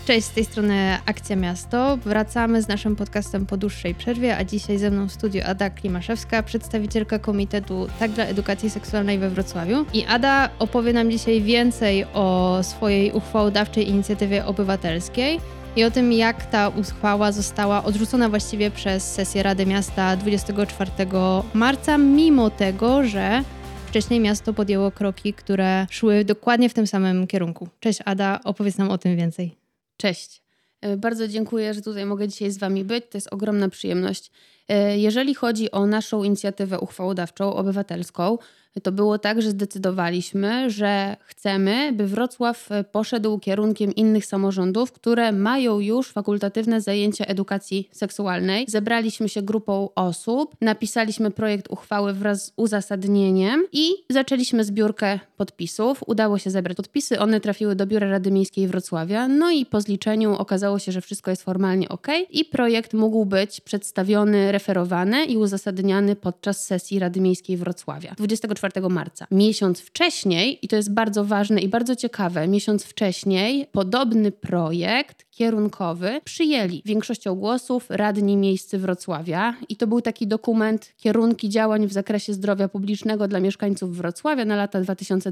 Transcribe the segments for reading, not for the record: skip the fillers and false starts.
Cześć, z tej strony Akcja Miasto. Wracamy z naszym podcastem po dłuższej przerwie, a dzisiaj ze mną w studiu Ada Klimaszewska, przedstawicielka Komitetu Tak dla Edukacji Seksualnej we Wrocławiu. I Ada opowie nam dzisiaj więcej o swojej uchwałodawczej inicjatywie obywatelskiej i o tym, jak ta uchwała została odrzucona właściwie przez sesję Rady Miasta 24 marca, mimo tego, że wcześniej miasto podjęło kroki, które szły dokładnie w tym samym kierunku. Cześć Ada, opowiedz nam o tym więcej. Cześć. Bardzo dziękuję, że tutaj mogę dzisiaj z Wami być. To jest ogromna przyjemność. Jeżeli chodzi o naszą inicjatywę uchwałodawczą, obywatelską, to było tak, że zdecydowaliśmy, że chcemy, by Wrocław poszedł kierunkiem innych samorządów, które mają już fakultatywne zajęcia edukacji seksualnej. Zebraliśmy się grupą osób, napisaliśmy projekt uchwały wraz z uzasadnieniem i zaczęliśmy zbiórkę podpisów. Udało się zebrać podpisy, one trafiły do Biura Rady Miejskiej Wrocławia, no i po zliczeniu okazało się, że wszystko jest formalnie okej i projekt mógł być przedstawiony, referowany i uzasadniany podczas sesji Rady Miejskiej Wrocławia 24 marca. Miesiąc wcześniej, i to jest bardzo ważne i bardzo ciekawe, miesiąc wcześniej podobny projekt kierunkowy przyjęli większością głosów radni miejscy Wrocławia i to był taki dokument kierunki działań w zakresie zdrowia publicznego dla mieszkańców Wrocławia na lata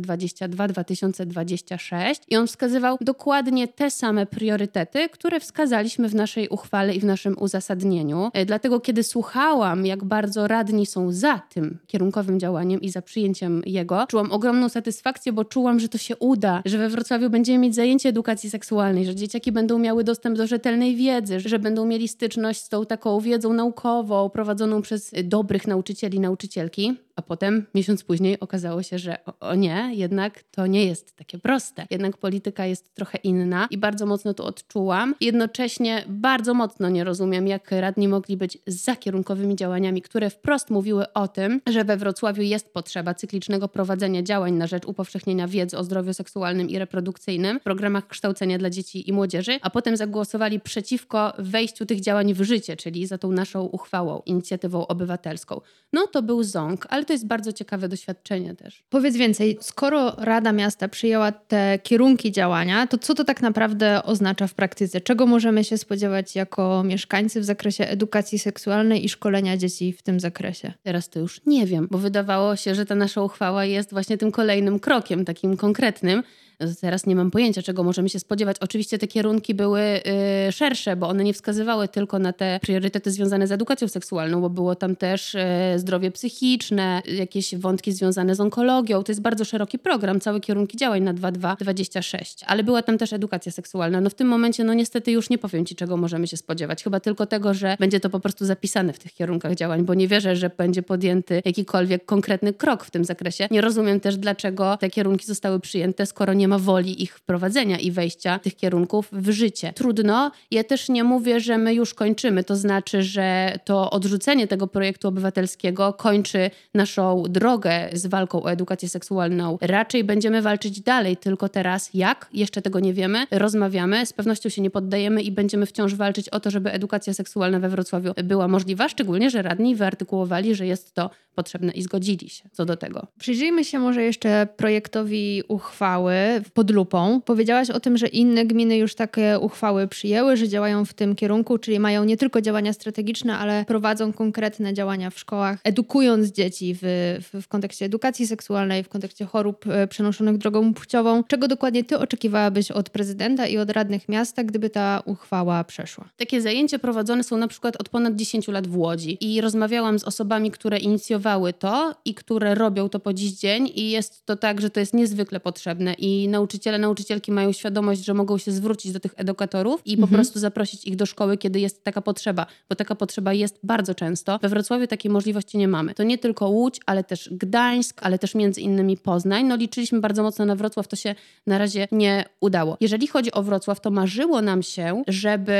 2022-2026 i on wskazywał dokładnie te same priorytety, które wskazaliśmy w naszej uchwale i w naszym uzasadnieniu. Dlatego kiedy słuchałam, jak bardzo radni są za tym kierunkowym działaniem i za przyjęciem jego, czułam ogromną satysfakcję, bo czułam, że to się uda, że we Wrocławiu będziemy mieć zajęcie edukacji seksualnej, że dzieciaki będą miały dostęp do rzetelnej wiedzy, że będą mieli styczność z tą taką wiedzą naukową prowadzoną przez dobrych nauczycieli i nauczycielki. A potem, miesiąc później, okazało się, że o nie, jednak to nie jest takie proste. Jednak polityka jest trochę inna i bardzo mocno to odczułam. Jednocześnie bardzo mocno nie rozumiem, jak radni mogli być za kierunkowymi działaniami, które wprost mówiły o tym, że we Wrocławiu jest potrzeba cyklicznego prowadzenia działań na rzecz upowszechnienia wiedzy o zdrowiu seksualnym i reprodukcyjnym w programach kształcenia dla dzieci i młodzieży, a potem zagłosowali przeciwko wejściu tych działań w życie, czyli za tą naszą uchwałą, inicjatywą obywatelską. No to był ząg, ale to jest bardzo ciekawe doświadczenie też. Powiedz więcej, skoro Rada Miasta przyjęła te kierunki działania, to co to tak naprawdę oznacza w praktyce? Czego możemy się spodziewać jako mieszkańcy w zakresie edukacji seksualnej i szkolenia dzieci w tym zakresie? Teraz to już nie wiem, bo wydawało się, że ta nasza uchwała jest właśnie tym kolejnym krokiem, takim konkretnym. Teraz nie mam pojęcia, czego możemy się spodziewać. Oczywiście te kierunki były szersze, bo one nie wskazywały tylko na te priorytety związane z edukacją seksualną, bo było tam też zdrowie psychiczne, jakieś wątki związane z onkologią. To jest bardzo szeroki program, całe kierunki działań na 22-26. Ale była tam też edukacja seksualna. No w tym momencie, no niestety już nie powiem Ci, czego możemy się spodziewać. Chyba tylko tego, że będzie to po prostu zapisane w tych kierunkach działań, bo nie wierzę, że będzie podjęty jakikolwiek konkretny krok w tym zakresie. Nie rozumiem też, dlaczego te kierunki zostały przyjęte, skoro nie ma woli ich wprowadzenia i wejścia tych kierunków w życie. Trudno. Ja też nie mówię, że my już kończymy. To znaczy, że to odrzucenie tego projektu obywatelskiego kończy naszą drogę z walką o edukację seksualną. Raczej będziemy walczyć dalej, tylko teraz jak? Jeszcze tego nie wiemy. Rozmawiamy, z pewnością się nie poddajemy i będziemy wciąż walczyć o to, żeby edukacja seksualna we Wrocławiu była możliwa, szczególnie, że radni wyartykułowali, że jest to potrzebne i zgodzili się co do tego. Przyjrzyjmy się może jeszcze projektowi uchwały pod lupą. Powiedziałaś o tym, że inne gminy już takie uchwały przyjęły, że działają w tym kierunku, czyli mają nie tylko działania strategiczne, ale prowadzą konkretne działania w szkołach, edukując dzieci w kontekście edukacji seksualnej, w kontekście chorób przenoszonych drogą płciową. Czego dokładnie ty oczekiwałabyś od prezydenta i od radnych miasta, gdyby ta uchwała przeszła? Takie zajęcia prowadzone są na przykład od ponad 10 lat w Łodzi i rozmawiałam z osobami, które inicjowały to i które robią to po dziś dzień i jest to tak, że to jest niezwykle potrzebne i nauczyciele, nauczycielki mają świadomość, że mogą się zwrócić do tych edukatorów i po prostu zaprosić ich do szkoły, kiedy jest taka potrzeba, bo taka potrzeba jest bardzo często. We Wrocławiu takiej możliwości nie mamy. To nie tylko Łódź, ale też Gdańsk, ale też między innymi Poznań. No liczyliśmy bardzo mocno na Wrocław, to się na razie nie udało. Jeżeli chodzi o Wrocław, to marzyło nam się, żeby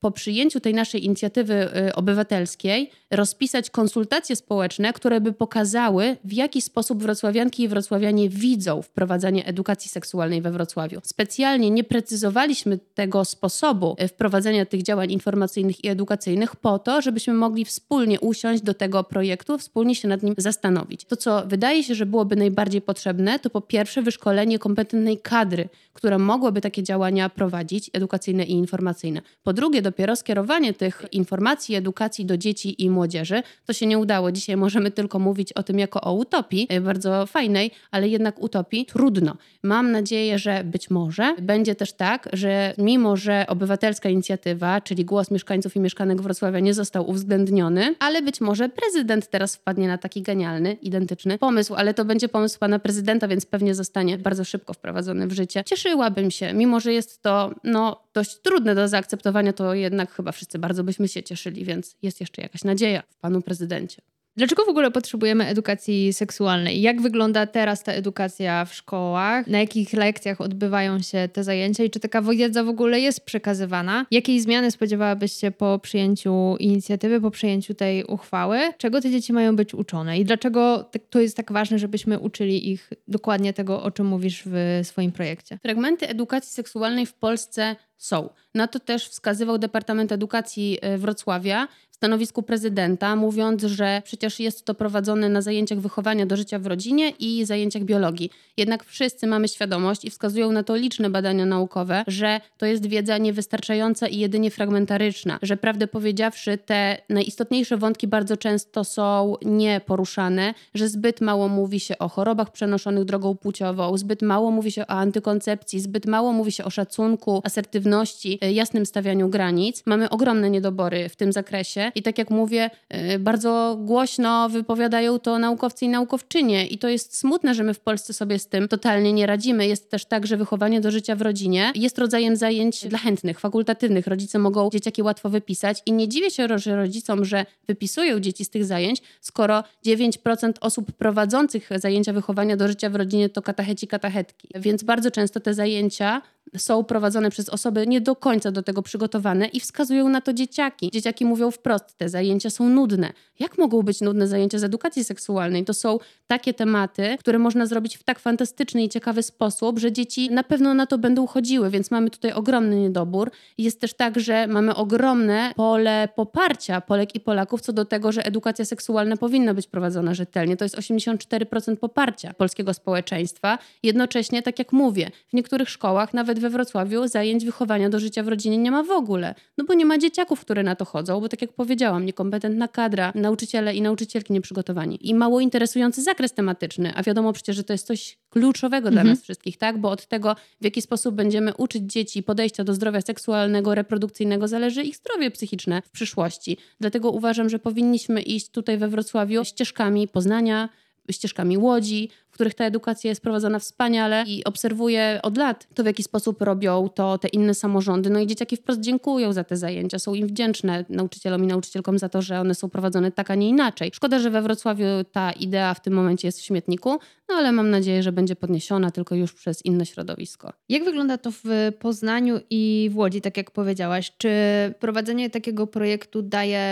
po przyjęciu tej naszej inicjatywy obywatelskiej rozpisać konsultacje społeczne, które by pokazały, w jaki sposób wrocławianki i wrocławianie widzą wprowadzanie edukacji seksualnej we Wrocławiu. Specjalnie nie precyzowaliśmy tego sposobu wprowadzania tych działań informacyjnych i edukacyjnych po to, żebyśmy mogli wspólnie usiąść do tego projektu, wspólnie się nad nim zastanowić. To, co wydaje się, że byłoby najbardziej potrzebne, to po pierwsze wyszkolenie kompetentnej kadry, która mogłaby takie działania prowadzić, edukacyjne i informacyjne. Po drugie, dopiero skierowanie tych informacji, edukacji do dzieci i młodzieży. To się nie udało. Dzisiaj możemy tylko mówić o tym jako o utopii, bardzo fajnej, ale jednak utopii trudno. Mam nadzieję, że być może będzie też tak, że mimo, że obywatelska inicjatywa, czyli głos mieszkańców i mieszkanek Wrocławia nie został uwzględniony, ale być może prezydent teraz wpadnie na taki genialny, identyczny pomysł, ale to będzie pomysł pana prezydenta, więc pewnie zostanie bardzo szybko wprowadzony w życie. Cieszyłabym się, mimo że jest to dość trudne do zaakceptowania, to jednak chyba wszyscy bardzo byśmy się cieszyli, więc jest jeszcze jakaś nadzieja w panu prezydencie. Dlaczego w ogóle potrzebujemy edukacji seksualnej? Jak wygląda teraz ta edukacja w szkołach? Na jakich lekcjach odbywają się te zajęcia? I czy taka wiedza w ogóle jest przekazywana? Jakiej zmiany spodziewałabyś się po przyjęciu inicjatywy, po przyjęciu tej uchwały? Czego te dzieci mają być uczone? I dlaczego to jest tak ważne, żebyśmy uczyli ich dokładnie tego, o czym mówisz w swoim projekcie? Fragmenty edukacji seksualnej w Polsce są. Na to też wskazywał Departament Edukacji Wrocławia w stanowisku prezydenta, mówiąc, że przecież jest to prowadzone na zajęciach wychowania do życia w rodzinie i zajęciach biologii. Jednak wszyscy mamy świadomość i wskazują na to liczne badania naukowe, że to jest wiedza niewystarczająca i jedynie fragmentaryczna, że prawdę powiedziawszy te najistotniejsze wątki bardzo często są nieporuszane, że zbyt mało mówi się o chorobach przenoszonych drogą płciową, zbyt mało mówi się o antykoncepcji, zbyt mało mówi się o szacunku, asertywności, jasnym stawianiu granic. Mamy ogromne niedobory w tym zakresie i tak jak mówię, bardzo głośno wypowiadają to naukowcy i naukowczynie i to jest smutne, że my w Polsce sobie z tym totalnie nie radzimy. Jest też tak, że wychowanie do życia w rodzinie jest rodzajem zajęć dla chętnych, fakultatywnych. Rodzice mogą dzieciaki łatwo wypisać i nie dziwię się rodzicom, że wypisują dzieci z tych zajęć, skoro 9% osób prowadzących zajęcia wychowania do życia w rodzinie to katecheci, katechetki. Więc bardzo często te zajęcia są prowadzone przez osoby nie do końca do tego przygotowane i wskazują na to dzieciaki. Dzieciaki mówią wprost, te zajęcia są nudne. Jak mogą być nudne zajęcia z edukacji seksualnej? To są takie tematy, które można zrobić w tak fantastyczny i ciekawy sposób, że dzieci na pewno na to będą chodziły, więc mamy tutaj ogromny niedobór. Jest też tak, że mamy ogromne pole poparcia Polek i Polaków co do tego, że edukacja seksualna powinna być prowadzona rzetelnie. To jest 84% poparcia polskiego społeczeństwa. Jednocześnie, tak jak mówię, w niektórych szkołach, nawet we Wrocławiu, zajęć wychowania do życia w rodzinie nie ma w ogóle. No bo nie ma dzieciaków, które na to chodzą, bo tak jak powiedziałam, niekompetentna kadra, nauczyciele i nauczycielki nieprzygotowani i mało interesujący zakres tematyczny, a wiadomo przecież, że to jest coś kluczowego dla nas wszystkich, tak? Bo od tego, w jaki sposób będziemy uczyć dzieci podejścia do zdrowia seksualnego, reprodukcyjnego, zależy ich zdrowie psychiczne w przyszłości. Dlatego uważam, że powinniśmy iść tutaj we Wrocławiu ścieżkami Poznania, ścieżkami Łodzi, w których ta edukacja jest prowadzona wspaniale i obserwuję od lat to, w jaki sposób robią to te inne samorządy. No i dzieciaki wprost dziękują za te zajęcia, są im wdzięczne nauczycielom i nauczycielkom za to, że one są prowadzone tak, a nie inaczej. Szkoda, że we Wrocławiu ta idea w tym momencie jest w śmietniku, no ale mam nadzieję, że będzie podniesiona tylko już przez inne środowisko. Jak wygląda to w Poznaniu i w Łodzi, tak jak powiedziałaś? Czy prowadzenie takiego projektu daje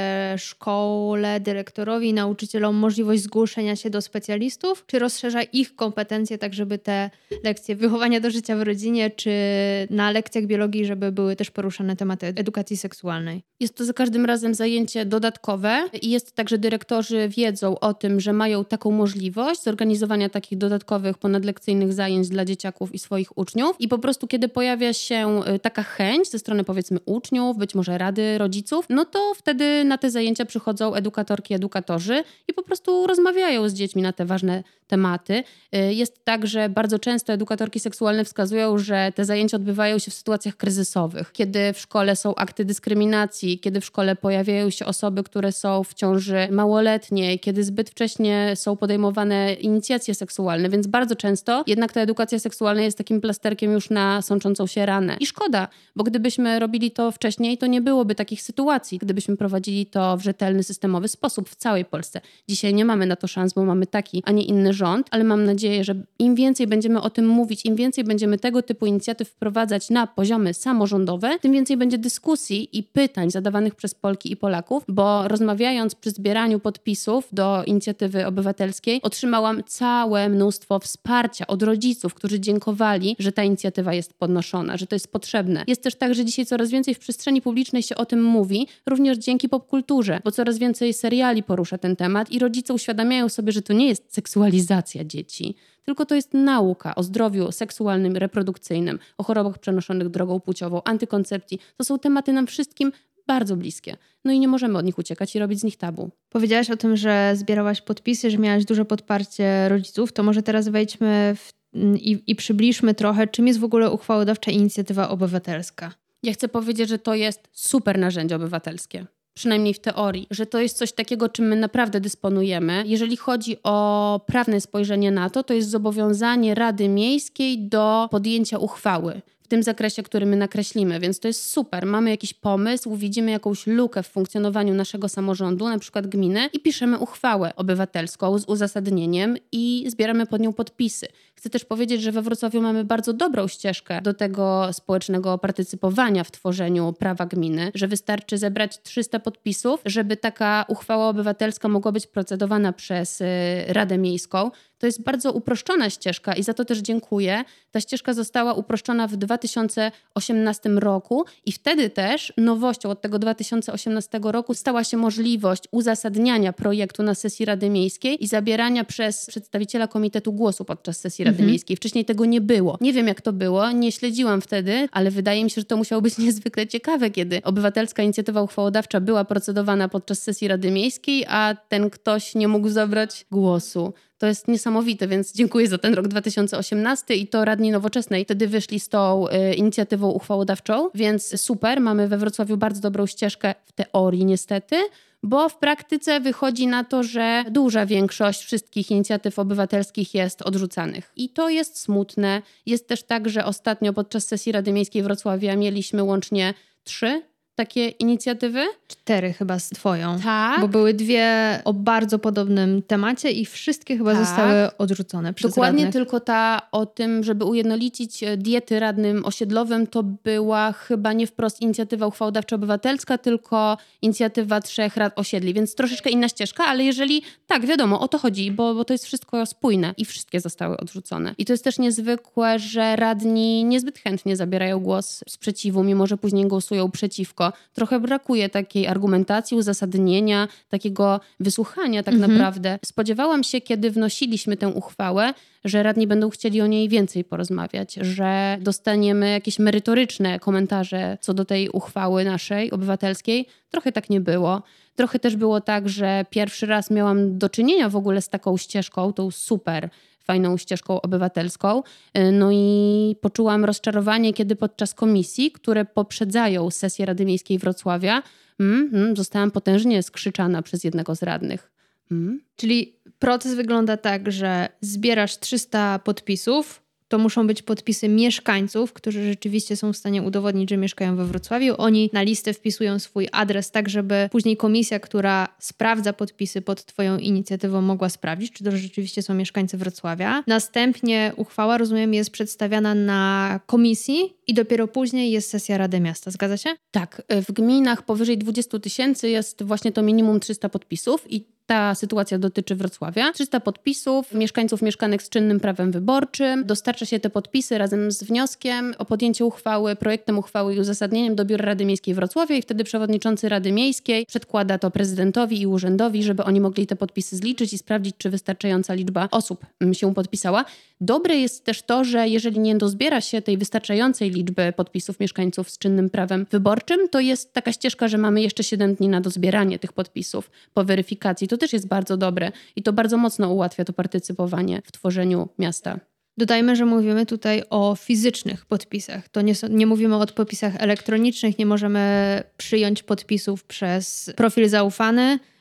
szkole, dyrektorowi i nauczycielom możliwość zgłoszenia się do specjalistów, czy rozszerza ich kompetencje tak, żeby te lekcje wychowania do życia w rodzinie, czy na lekcjach biologii, żeby były też poruszane tematy edukacji seksualnej? Jest to za każdym razem zajęcie dodatkowe i jest tak, że dyrektorzy wiedzą o tym, że mają taką możliwość zorganizowania takich dodatkowych, ponadlekcyjnych zajęć dla dzieciaków i swoich uczniów i po prostu kiedy pojawia się taka chęć ze strony powiedzmy uczniów, być może rady rodziców, no to wtedy na te zajęcia przychodzą edukatorki, edukatorzy i po prostu rozmawiają z dziećmi na te ważne tematy. Jest tak, że bardzo często edukatorki seksualne wskazują, że te zajęcia odbywają się w sytuacjach kryzysowych, kiedy w szkole są akty dyskryminacji, kiedy w szkole pojawiają się osoby, które są w ciąży małoletniej, kiedy zbyt wcześnie są podejmowane inicjacje seksualne, więc bardzo często jednak ta edukacja seksualna jest takim plasterkiem już na sączącą się ranę. I szkoda, bo gdybyśmy robili to wcześniej, to nie byłoby takich sytuacji, gdybyśmy prowadzili to w rzetelny, systemowy sposób w całej Polsce. Dzisiaj nie mamy na to szans, bo mamy taki, a nie inny rząd, ale mam nadzieję, że im więcej będziemy o tym mówić, im więcej będziemy tego typu inicjatyw wprowadzać na poziomy samorządowe, tym więcej będzie dyskusji i pytań zadawanych przez Polki i Polaków, bo rozmawiając przy zbieraniu podpisów do inicjatywy obywatelskiej, otrzymałam całe mnóstwo wsparcia od rodziców, którzy dziękowali, że ta inicjatywa jest podnoszona, że to jest potrzebne. Jest też tak, że dzisiaj coraz więcej w przestrzeni publicznej się o tym mówi, również dzięki popkulturze, bo coraz więcej seriali porusza ten temat i rodzice uświadamiają sobie, że to nie jest seksualizacja dzieci, tylko to jest nauka o zdrowiu seksualnym, reprodukcyjnym, o chorobach przenoszonych drogą płciową, antykoncepcji. To są tematy nam wszystkim bardzo bliskie. No i nie możemy od nich uciekać i robić z nich tabu. Powiedziałaś o tym, że zbierałaś podpisy, że miałaś duże podparcie rodziców. To może teraz wejdźmy i przybliżmy trochę, czym jest w ogóle uchwałodawcza inicjatywa obywatelska. Ja chcę powiedzieć, że to jest super narzędzie obywatelskie. Przynajmniej w teorii, że to jest coś takiego, czym my naprawdę dysponujemy. Jeżeli chodzi o prawne spojrzenie na to, to jest zobowiązanie Rady Miejskiej do podjęcia uchwały w tym zakresie, który my nakreślimy, więc to jest super. Mamy jakiś pomysł, widzimy jakąś lukę w funkcjonowaniu naszego samorządu, na przykład gminy i piszemy uchwałę obywatelską z uzasadnieniem i zbieramy pod nią podpisy. Chcę też powiedzieć, że we Wrocławiu mamy bardzo dobrą ścieżkę do tego społecznego partycypowania w tworzeniu prawa gminy, że wystarczy zebrać 300 podpisów, żeby taka uchwała obywatelska mogła być procedowana przez Radę Miejską. To jest bardzo uproszczona ścieżka i za to też dziękuję. Ta ścieżka została uproszczona w 2018 roku i wtedy też nowością od tego 2018 roku stała się możliwość uzasadniania projektu na sesji Rady Miejskiej i zabierania przez przedstawiciela komitetu głosu podczas sesji Rady Miejskiej. Wcześniej tego nie było. Nie wiem, jak to było, nie śledziłam wtedy, ale wydaje mi się, że to musiało być niezwykle ciekawe, kiedy obywatelska inicjatywa uchwałodawcza była procedowana podczas sesji Rady Miejskiej, a ten ktoś nie mógł zabrać głosu. To jest niesamowite, więc dziękuję za ten rok 2018 i to radni Nowoczesnej wtedy wyszli z tą inicjatywą uchwałodawczą, więc super, mamy we Wrocławiu bardzo dobrą ścieżkę w teorii niestety, bo w praktyce wychodzi na to, że duża większość wszystkich inicjatyw obywatelskich jest odrzucanych. I to jest smutne. Jest też tak, że ostatnio podczas sesji Rady Miejskiej Wrocławia mieliśmy łącznie 3 takie inicjatywy. 4 chyba z twoją. Tak. Bo były 2 o bardzo podobnym temacie i wszystkie chyba zostały odrzucone przez Dokładnie, radnych. tylko ta o tym, żeby ujednolicić diety radnym osiedlowym, to była chyba nie wprost inicjatywa uchwałodawcza obywatelska, tylko inicjatywa 3 rad osiedli, więc troszeczkę inna ścieżka, ale jeżeli, tak, wiadomo, o to chodzi, bo to jest wszystko spójne i wszystkie zostały odrzucone. I to jest też niezwykłe, że radni niezbyt chętnie zabierają głos sprzeciwu, mimo że później głosują przeciwko. Trochę brakuje takiej argumentacji, uzasadnienia, takiego wysłuchania tak naprawdę. Spodziewałam się, kiedy wnosiliśmy tę uchwałę, że radni będą chcieli o niej więcej porozmawiać, że dostaniemy jakieś merytoryczne komentarze co do tej uchwały naszej, obywatelskiej. Trochę tak nie było. Trochę też było tak, że pierwszy raz miałam do czynienia w ogóle z taką ścieżką, tą super fajną ścieżką obywatelską. No i poczułam rozczarowanie, kiedy podczas komisji, które poprzedzają sesję Rady Miejskiej Wrocławia, zostałam potężnie skrzyczana przez jednego z radnych. Czyli proces wygląda tak, że zbierasz 300 podpisów, to muszą być podpisy mieszkańców, którzy rzeczywiście są w stanie udowodnić, że mieszkają we Wrocławiu. Oni na listę wpisują swój adres tak, żeby później komisja, która sprawdza podpisy pod twoją inicjatywą, mogła sprawdzić, czy to rzeczywiście są mieszkańcy Wrocławia. Następnie uchwała, rozumiem, jest przedstawiana na komisji i dopiero później jest sesja Rady Miasta. Zgadza się? Tak. W gminach powyżej 20 000 jest właśnie to minimum 300 podpisów i ta sytuacja dotyczy Wrocławia. 300 podpisów mieszkańców mieszkanek z czynnym prawem wyborczym. Dostarcza się te podpisy razem z wnioskiem o podjęcie uchwały, projektem uchwały i uzasadnieniem do Biura Rady Miejskiej Wrocławia i wtedy przewodniczący Rady Miejskiej przedkłada to prezydentowi i urzędowi, żeby oni mogli te podpisy zliczyć i sprawdzić, czy wystarczająca liczba osób się podpisała. Dobre jest też to, że jeżeli nie dozbiera się tej wystarczającej liczby podpisów mieszkańców z czynnym prawem wyborczym, to jest taka ścieżka, że mamy jeszcze 7 dni na dozbieranie tych podpisów po weryfikacji. To też jest bardzo dobre i to bardzo mocno ułatwia to partycypowanie w tworzeniu miasta. Dodajmy, że mówimy tutaj o fizycznych podpisach. To nie mówimy o podpisach elektronicznych, nie możemy przyjąć podpisów przez profil zaufany,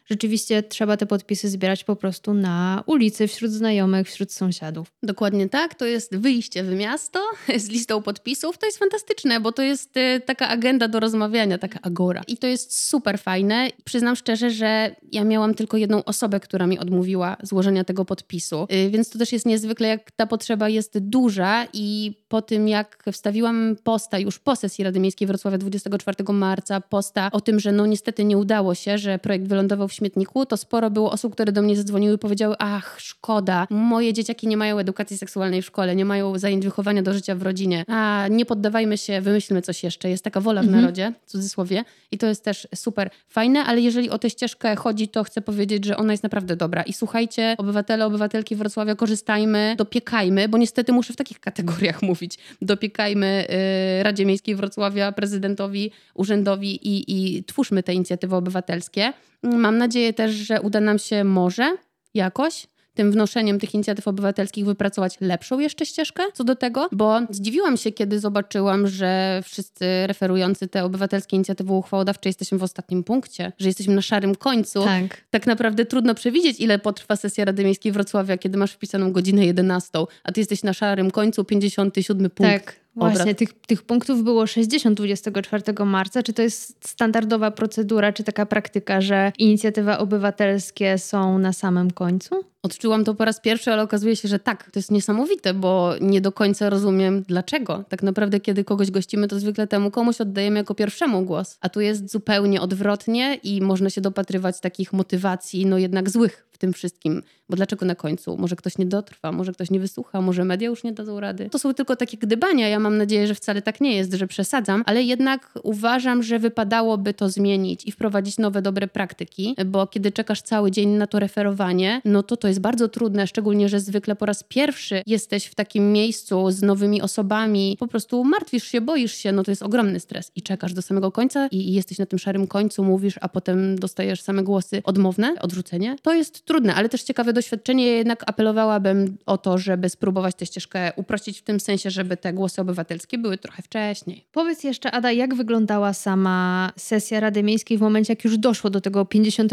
rzeczywiście trzeba te podpisy zbierać po prostu na ulicy, wśród znajomych, wśród sąsiadów. Dokładnie tak, to jest wyjście w miasto z listą podpisów. To jest fantastyczne, bo to jest taka agenda do rozmawiania, taka agora. I to jest super fajne. Przyznam szczerze, że ja miałam tylko jedną osobę, która mi odmówiła złożenia tego podpisu, więc to też jest niezwykle, jak ta potrzeba jest duża i po tym, jak wstawiłam posta już po sesji Rady Miejskiej Wrocławia 24 marca, posta o tym, że no niestety nie udało się, że projekt wylądował w śmietniku, to sporo było osób, które do mnie zadzwoniły i powiedziały: ach, szkoda, moje dzieciaki nie mają edukacji seksualnej w szkole, nie mają zajęć wychowania do życia w rodzinie, a nie poddawajmy się, wymyślmy coś jeszcze, jest taka wola w narodzie, w cudzysłowie, i to jest też super fajne, ale jeżeli o tę ścieżkę chodzi, to chcę powiedzieć, że ona jest naprawdę dobra i słuchajcie, obywatele, obywatelki Wrocławia, korzystajmy, dopiekajmy, bo niestety muszę w takich kategoriach mówić, dopiekajmy Radzie Miejskiej Wrocławia, prezydentowi, urzędowi i twórzmy te inicjatywy obywatelskie. Mam nadzieję też, że uda nam się może jakoś tym wnoszeniem tych inicjatyw obywatelskich wypracować lepszą jeszcze ścieżkę co do tego, bo zdziwiłam się, kiedy zobaczyłam, że wszyscy referujący te obywatelskie inicjatywy uchwałodawcze jesteśmy w ostatnim punkcie, że jesteśmy na szarym końcu. Tak naprawdę trudno przewidzieć, ile potrwa sesja Rady Miejskiej Wrocławia, kiedy masz wpisaną godzinę 11, a ty jesteś na szarym końcu, 57 punkt. Tak. Właśnie, tych punktów było 60 24 marca. Czy to jest standardowa procedura, czy taka praktyka, że inicjatywy obywatelskie są na samym końcu? Odczułam to po raz pierwszy, ale okazuje się, że tak. To jest niesamowite, bo nie do końca rozumiem dlaczego. Tak naprawdę, kiedy kogoś gościmy, to zwykle temu komuś oddajemy jako pierwszemu głos. A tu jest zupełnie odwrotnie i można się dopatrywać takich motywacji, no jednak złych w tym wszystkim. Bo dlaczego na końcu? Może ktoś nie dotrwa, może ktoś nie wysłucha, może media już nie dadzą rady. To są tylko takie gdybania. Ja mam nadzieję, że wcale tak nie jest, że przesadzam, ale jednak uważam, że wypadałoby to zmienić i wprowadzić nowe, dobre praktyki, bo kiedy czekasz cały dzień na to referowanie, no to jest bardzo trudne, szczególnie, że zwykle po raz pierwszy jesteś w takim miejscu z nowymi osobami, po prostu martwisz się, boisz się, no to jest ogromny stres i czekasz do samego końca i jesteś na tym szarym końcu, mówisz, a potem dostajesz same głosy odmowne, odrzucenie. To jest trudne, ale też ciekawe doświadczenie. Jednak apelowałabym o to, żeby spróbować tę ścieżkę uprościć w tym sensie, żeby te głosy obywatelskie były trochę wcześniej. Powiedz jeszcze, Ada, jak wyglądała sama sesja Rady Miejskiej w momencie, jak już doszło do tego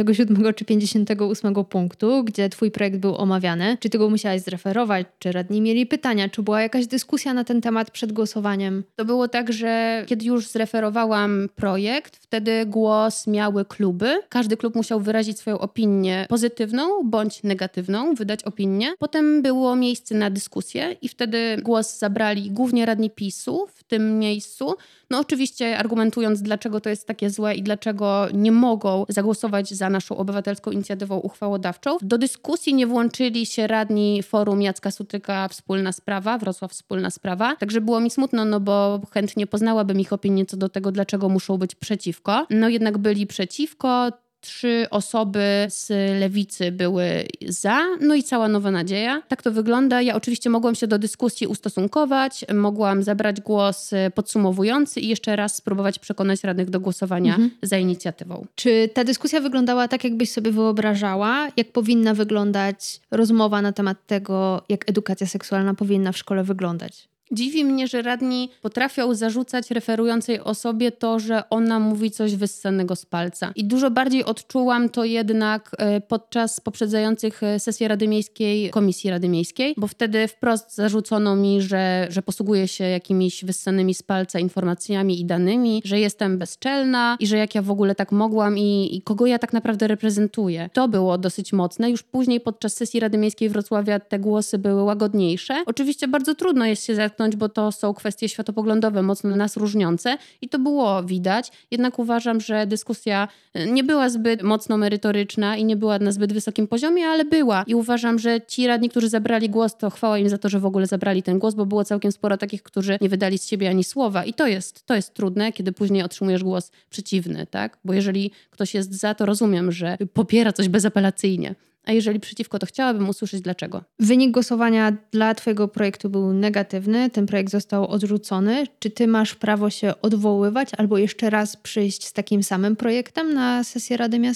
57 czy 58 punktu, gdzie twój projekt był omawiany? Czy ty go musiałaś zreferować? Czy radni mieli pytania? Czy była jakaś dyskusja na ten temat przed głosowaniem? To było tak, że kiedy już zreferowałam projekt, wtedy głos miały kluby. Każdy klub musiał wyrazić swoją opinię pozytywną bądź negatywną, wydać opinię. Potem było miejsce na dyskusję i wtedy głos zabrali głównie radni PiS-u w tym miejscu. No oczywiście argumentując, dlaczego to jest takie złe i dlaczego nie mogą zagłosować za naszą obywatelską inicjatywą uchwałodawczą. Do dyskusji nie włączyli się radni Forum Jacka Sutyka Wspólna Sprawa, Wrocław Wspólna Sprawa. Także było mi smutno, no bo chętnie poznałabym ich opinię co do tego, dlaczego muszą być przeciwko. No jednak byli przeciwko. 3 osoby z Lewicy były za, no i cała Nowa Nadzieja. Tak to wygląda. Ja oczywiście mogłam się do dyskusji ustosunkować, mogłam zabrać głos podsumowujący i jeszcze raz spróbować przekonać radnych do głosowania za inicjatywą. Czy ta dyskusja wyglądała tak, jakbyś sobie wyobrażała? Jak powinna wyglądać rozmowa na temat tego, jak edukacja seksualna powinna w szkole wyglądać? Dziwi mnie, że radni potrafią zarzucać referującej osobie to, że ona mówi coś wyssanego z palca. I dużo bardziej odczułam to jednak podczas poprzedzających sesji Rady Miejskiej, Komisji Rady Miejskiej, bo wtedy wprost zarzucono mi, że posługuję się jakimiś wyssanymi z palca informacjami i danymi, że jestem bezczelna i że jak ja w ogóle tak mogłam i kogo ja tak naprawdę reprezentuję. To było dosyć mocne. Już później podczas sesji Rady Miejskiej Wrocławia te głosy były łagodniejsze. Oczywiście bardzo trudno jest się zetknąć, bo to są kwestie światopoglądowe, mocno nas różniące i to było widać. Jednak uważam, że dyskusja nie była zbyt mocno merytoryczna i nie była na zbyt wysokim poziomie, ale była. I uważam, że ci radni, którzy zabrali głos, to chwała im za to, że w ogóle zabrali ten głos, bo było całkiem sporo takich, którzy nie wydali z siebie ani słowa. I to jest trudne, kiedy później otrzymujesz głos przeciwny, tak? Bo jeżeli ktoś jest za, to rozumiem, że popiera coś bezapelacyjnie. A jeżeli przeciwko, to chciałabym usłyszeć dlaczego. Wynik głosowania dla twojego projektu był negatywny, ten projekt został odrzucony. Czy ty masz prawo się odwoływać albo jeszcze raz przyjść z takim samym projektem na sesję Rady Miasta?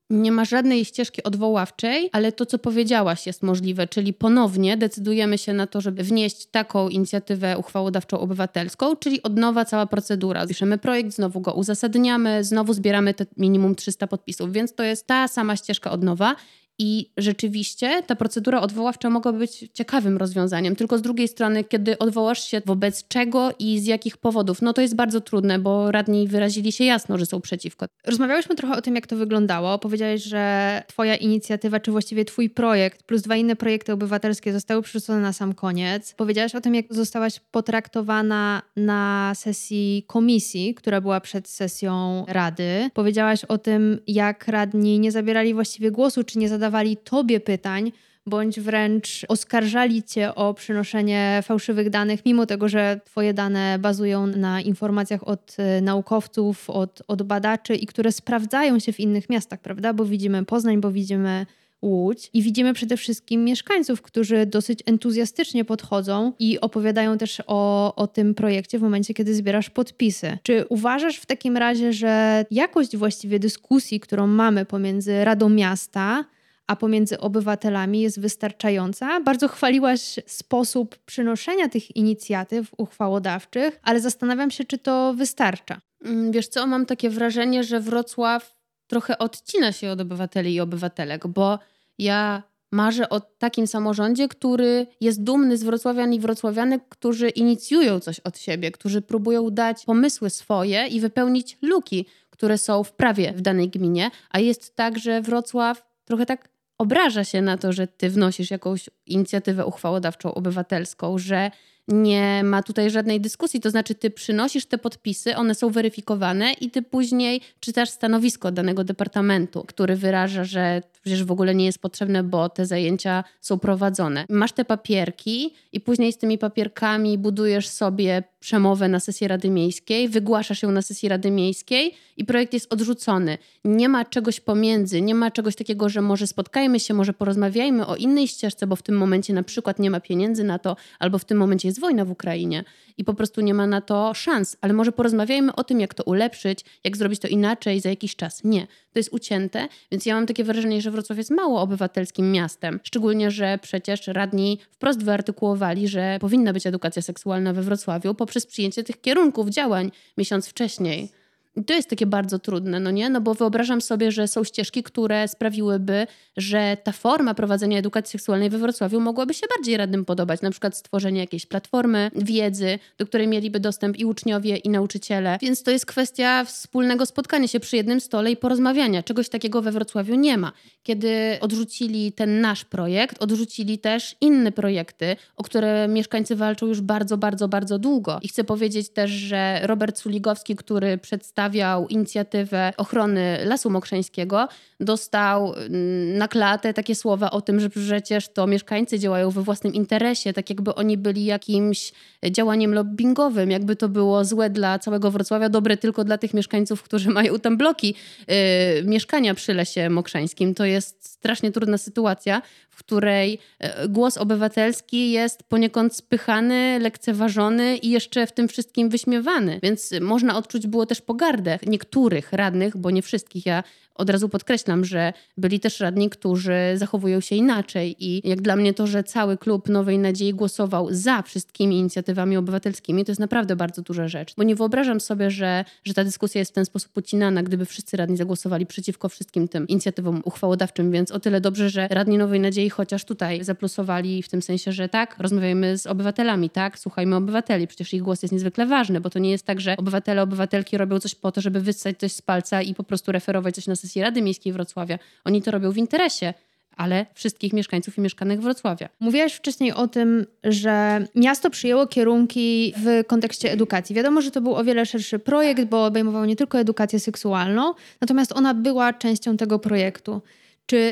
Nie ma żadnej ścieżki odwoławczej, ale to, co powiedziałaś, jest możliwe, czyli ponownie decydujemy się na to, żeby wnieść taką inicjatywę uchwałodawczą obywatelską, czyli od nowa cała procedura. Piszemy projekt, znowu go uzasadniamy, znowu zbieramy te minimum 300 podpisów, więc to jest ta sama ścieżka od nowa. I rzeczywiście ta procedura odwoławcza mogłaby być ciekawym rozwiązaniem, tylko z drugiej strony, kiedy odwołasz się wobec czego i z jakich powodów, no to jest bardzo trudne, bo radni wyrazili się jasno, że są przeciwko. Rozmawiałyśmy trochę o tym, jak to wyglądało. Powiedziałeś, że twoja inicjatywa, czy właściwie twój projekt plus 2 inne projekty obywatelskie zostały przerzucone na sam koniec. Powiedziałaś o tym, jak zostałaś potraktowana na sesji komisji, która była przed sesją Rady. Powiedziałaś o tym, jak radni nie zabierali właściwie głosu, czy nie zadawali tobie pytań, bądź wręcz oskarżali cię o przynoszenie fałszywych danych, mimo tego, że twoje dane bazują na informacjach od naukowców, od badaczy i które sprawdzają się w innych miastach, prawda? Bo widzimy Poznań, bo widzimy Łódź i widzimy przede wszystkim mieszkańców, którzy dosyć entuzjastycznie podchodzą i opowiadają też o tym projekcie w momencie, kiedy zbierasz podpisy. Czy uważasz w takim razie, że jakość właściwie dyskusji, którą mamy pomiędzy Radą Miasta a pomiędzy obywatelami jest wystarczająca? Bardzo chwaliłaś sposób przynoszenia tych inicjatyw uchwałodawczych, ale zastanawiam się, czy to wystarcza. Wiesz co, mam takie wrażenie, że Wrocław trochę odcina się od obywateli i obywatelek, bo ja marzę o takim samorządzie, który jest dumny z wrocławian i wrocławianek, którzy inicjują coś od siebie, którzy próbują dać pomysły swoje i wypełnić luki, które są w prawie w danej gminie, a jest tak, że Wrocław trochę tak obraża się na to, że ty wnosisz jakąś inicjatywę uchwałodawczą obywatelską, że nie ma tutaj żadnej dyskusji, to znaczy ty przynosisz te podpisy, one są weryfikowane i ty później czytasz stanowisko danego departamentu, który wyraża, że przecież w ogóle nie jest potrzebne, bo te zajęcia są prowadzone. Masz te papierki i później z tymi papierkami budujesz sobie przemowę na sesji Rady Miejskiej, wygłaszasz ją na sesji Rady Miejskiej i projekt jest odrzucony. Nie ma czegoś pomiędzy, nie ma czegoś takiego, że może spotkajmy się, może porozmawiajmy o innej ścieżce, bo w tym momencie na przykład nie ma pieniędzy na to, albo w tym momencie jest wojna w Ukrainie i po prostu nie ma na to szans, ale może porozmawiajmy o tym, jak to ulepszyć, jak zrobić to inaczej za jakiś czas. Nie, to jest ucięte, więc ja mam takie wrażenie, że Wrocław jest mało obywatelskim miastem. Szczególnie, że przecież radni wprost wyartykułowali, że powinna być edukacja seksualna we Wrocławiu poprzez przyjęcie tych kierunków działań miesiąc wcześniej. I to jest takie bardzo trudne, no nie? No bo wyobrażam sobie, że są ścieżki, które sprawiłyby, że ta forma prowadzenia edukacji seksualnej we Wrocławiu mogłaby się bardziej radnym podobać. Na przykład stworzenie jakiejś platformy wiedzy, do której mieliby dostęp i uczniowie, i nauczyciele. Więc to jest kwestia wspólnego spotkania się przy jednym stole i porozmawiania. Czegoś takiego we Wrocławiu nie ma. Kiedy odrzucili ten nasz projekt, odrzucili też inne projekty, o które mieszkańcy walczą już bardzo, bardzo, bardzo długo. I chcę powiedzieć też, że Robert Suligowski, który przedstawiał inicjatywę ochrony Lasu Mokrzańskiego, dostał na klatę takie słowa o tym, że przecież to mieszkańcy działają we własnym interesie, tak jakby oni byli jakimś działaniem lobbingowym, jakby to było złe dla całego Wrocławia, dobre tylko dla tych mieszkańców, którzy mają tam bloki mieszkania przy Lesie Mokrzańskim. To jest strasznie trudna sytuacja, w której głos obywatelski jest poniekąd spychany, lekceważony i jeszcze w tym wszystkim wyśmiewany. Więc można odczuć było też pogardę niektórych radnych, bo nie wszystkich. Ja od razu podkreślam, że byli też radni, którzy zachowują się inaczej i jak dla mnie to, że cały klub Nowej Nadziei głosował za wszystkimi inicjatywami obywatelskimi, to jest naprawdę bardzo duża rzecz. Bo nie wyobrażam sobie, że ta dyskusja jest w ten sposób ucinana, gdyby wszyscy radni zagłosowali przeciwko wszystkim tym inicjatywom uchwałodawczym, więc o tyle dobrze, że radni Nowej Nadziei chociaż tutaj zaplusowali w tym sensie, że tak, rozmawiajmy z obywatelami, tak, słuchajmy obywateli, przecież ich głos jest niezwykle ważny, bo to nie jest tak, że obywatele, obywatelki robią coś po to, żeby wyssać coś z palca i po prostu referować coś na sesji Rady Miejskiej Wrocławia. Oni to robią w interesie, ale wszystkich mieszkańców i mieszkanek Wrocławia. Mówiłaś wcześniej o tym, że miasto przyjęło kierunki w kontekście edukacji. Wiadomo, że to był o wiele szerszy projekt, bo obejmował nie tylko edukację seksualną, natomiast ona była częścią tego projektu. Czy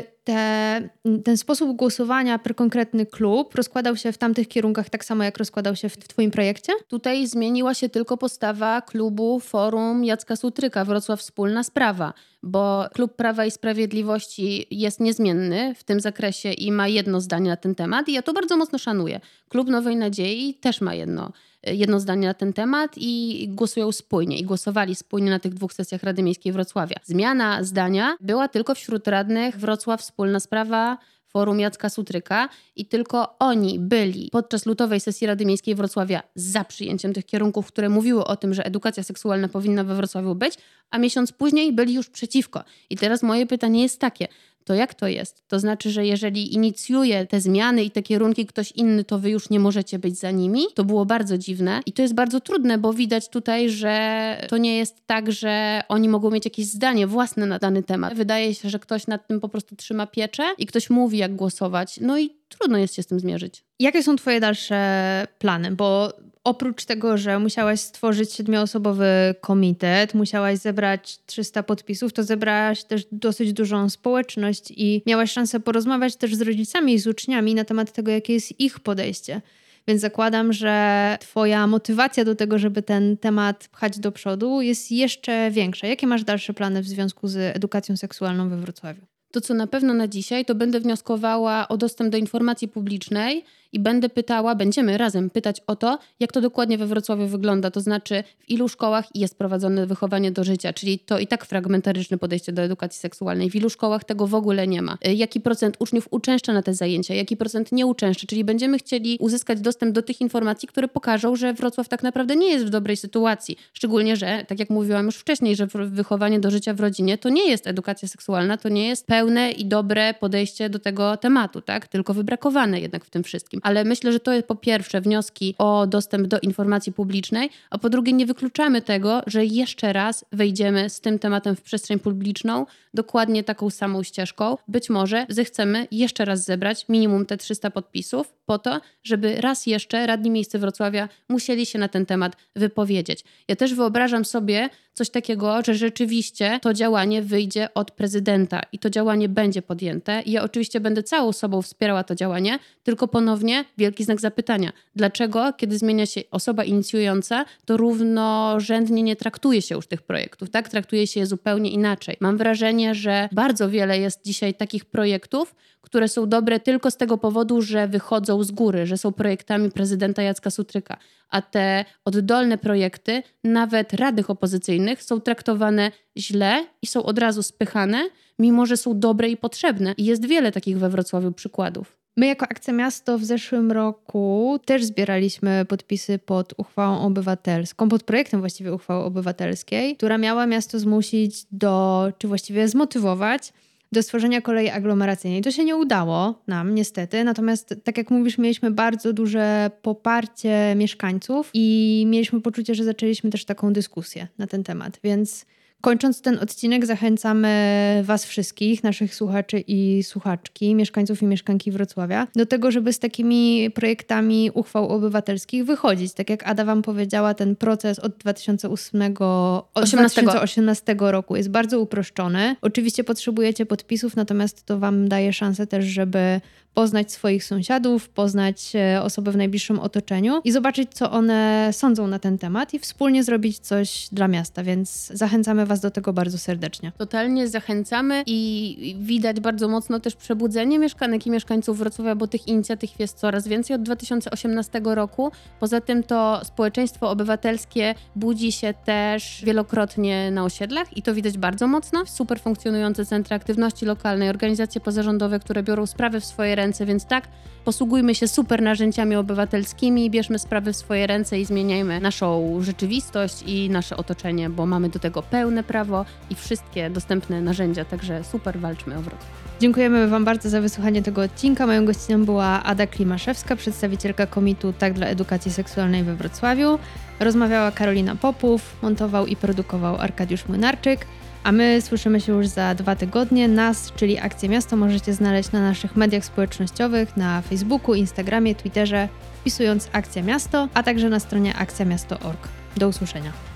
ten sposób głosowania per konkretny klub rozkładał się w tamtych kierunkach tak samo, jak rozkładał się w twoim projekcie? Tutaj zmieniła się tylko postawa klubu Forum Jacka Sutryka, Wrocław Wspólna Sprawa, bo klub Prawa i Sprawiedliwości jest niezmienny w tym zakresie i ma jedno zdanie na ten temat i ja to bardzo mocno szanuję. Klub Nowej Nadziei też ma jedno jedno zdanie na ten temat i głosują spójnie i głosowali spójnie na tych 2 sesjach Rady Miejskiej Wrocławia. Zmiana zdania była tylko wśród radnych Wrocław Wspólna Sprawa, Forum Jacka Sutryka i tylko oni byli podczas lutowej sesji Rady Miejskiej Wrocławia za przyjęciem tych kierunków, które mówiły o tym, że edukacja seksualna powinna we Wrocławiu być, a miesiąc później byli już przeciwko. I teraz moje pytanie jest takie, to jak to jest? To znaczy, że jeżeli inicjuje te zmiany i te kierunki ktoś inny, to wy już nie możecie być za nimi? To było bardzo dziwne i to jest bardzo trudne, bo widać tutaj, że to nie jest tak, że oni mogą mieć jakieś zdanie własne na dany temat. Wydaje się, że ktoś nad tym po prostu trzyma pieczę i ktoś mówi, jak głosować. No i trudno jest się z tym zmierzyć. Jakie są twoje dalsze plany? Bo oprócz tego, że musiałaś stworzyć 7-osobowy komitet, musiałaś zebrać 300 podpisów, to zebrałaś też dosyć dużą społeczność i miałaś szansę porozmawiać też z rodzicami i z uczniami na temat tego, jakie jest ich podejście. Więc zakładam, że twoja motywacja do tego, żeby ten temat pchać do przodu jest jeszcze większa. Jakie masz dalsze plany w związku z edukacją seksualną we Wrocławiu? To, co na pewno na dzisiaj, to będę wnioskowała o dostęp do informacji publicznej i będziemy razem pytać o to, jak to dokładnie we Wrocławiu wygląda. To znaczy, w ilu szkołach jest prowadzone wychowanie do życia, czyli to i tak fragmentaryczne podejście do edukacji seksualnej. W ilu szkołach tego w ogóle nie ma. Jaki procent uczniów uczęszcza na te zajęcia, jaki procent nie uczęszcza. Czyli będziemy chcieli uzyskać dostęp do tych informacji, które pokażą, że Wrocław tak naprawdę nie jest w dobrej sytuacji. Szczególnie, że, tak jak mówiłam już wcześniej, że wychowanie do życia w rodzinie to nie jest edukacja seksualna, to nie jest pełne i dobre podejście do tego tematu, tak? Tylko wybrakowane jednak w tym wszystkim. Ale myślę, że to jest po pierwsze wnioski o dostęp do informacji publicznej, a po drugie nie wykluczamy tego, że jeszcze raz wejdziemy z tym tematem w przestrzeń publiczną, dokładnie taką samą ścieżką. Być może zechcemy jeszcze raz zebrać minimum te 300 podpisów po to, żeby raz jeszcze radni miejscy Wrocławia musieli się na ten temat wypowiedzieć. Ja też wyobrażam sobie coś takiego, że rzeczywiście to działanie wyjdzie od prezydenta i to działanie będzie podjęte. I ja oczywiście będę całą sobą wspierała to działanie, tylko ponownie wielki znak zapytania. Dlaczego, kiedy zmienia się osoba inicjująca, to równorzędnie nie traktuje się już tych projektów, tak? Traktuje się je zupełnie inaczej. Mam wrażenie, że bardzo wiele jest dzisiaj takich projektów, które są dobre tylko z tego powodu, że wychodzą z góry, że są projektami prezydenta Jacka Sutryka. A te oddolne projekty, nawet radnych opozycyjnych, są traktowane źle i są od razu spychane, mimo że są dobre i potrzebne. I jest wiele takich we Wrocławiu przykładów. My jako Akcja Miasto w zeszłym roku też zbieraliśmy podpisy pod uchwałą obywatelską, pod projektem właściwie uchwały obywatelskiej, która miała miasto zmusić czy właściwie zmotywować do stworzenia kolei aglomeracyjnej. To się nie udało nam niestety, natomiast tak jak mówisz, mieliśmy bardzo duże poparcie mieszkańców i mieliśmy poczucie, że zaczęliśmy też taką dyskusję na ten temat, więc kończąc ten odcinek, zachęcamy was wszystkich, naszych słuchaczy i słuchaczki, mieszkańców i mieszkanki Wrocławia, do tego, żeby z takimi projektami uchwał obywatelskich wychodzić. Tak jak Ada wam powiedziała, ten proces od 2018 roku jest bardzo uproszczony. Oczywiście potrzebujecie podpisów, natomiast to wam daje szansę też, żeby poznać swoich sąsiadów, poznać osoby w najbliższym otoczeniu i zobaczyć, co one sądzą na ten temat i wspólnie zrobić coś dla miasta, więc zachęcamy was do tego bardzo serdecznie. Totalnie zachęcamy i widać bardzo mocno też przebudzenie mieszkanek i mieszkańców Wrocławia, bo tych inicjatyw jest coraz więcej od 2018 roku. Poza tym to społeczeństwo obywatelskie budzi się też wielokrotnie na osiedlach i to widać bardzo mocno. Super funkcjonujące centra aktywności lokalnej, organizacje pozarządowe, które biorą sprawy w swoje ręce, więc tak, posługujmy się super narzędziami obywatelskimi, bierzmy sprawy w swoje ręce i zmieniajmy naszą rzeczywistość i nasze otoczenie, bo mamy do tego pełne prawo i wszystkie dostępne narzędzia, także super, walczmy o Wrocław. Dziękujemy wam bardzo za wysłuchanie tego odcinka. Moją gościnią była Ada Klimaszewska, przedstawicielka komitu Tak dla edukacji seksualnej we Wrocławiu. Rozmawiała Karolina Popów, montował i produkował Arkadiusz Młynarczyk. A my słyszymy się już za 2 tygodnie. Nas, czyli Akcję Miasto, możecie znaleźć na naszych mediach społecznościowych, na Facebooku, Instagramie, Twitterze, wpisując Akcja Miasto, a także na stronie akcjamiasto.org. Do usłyszenia.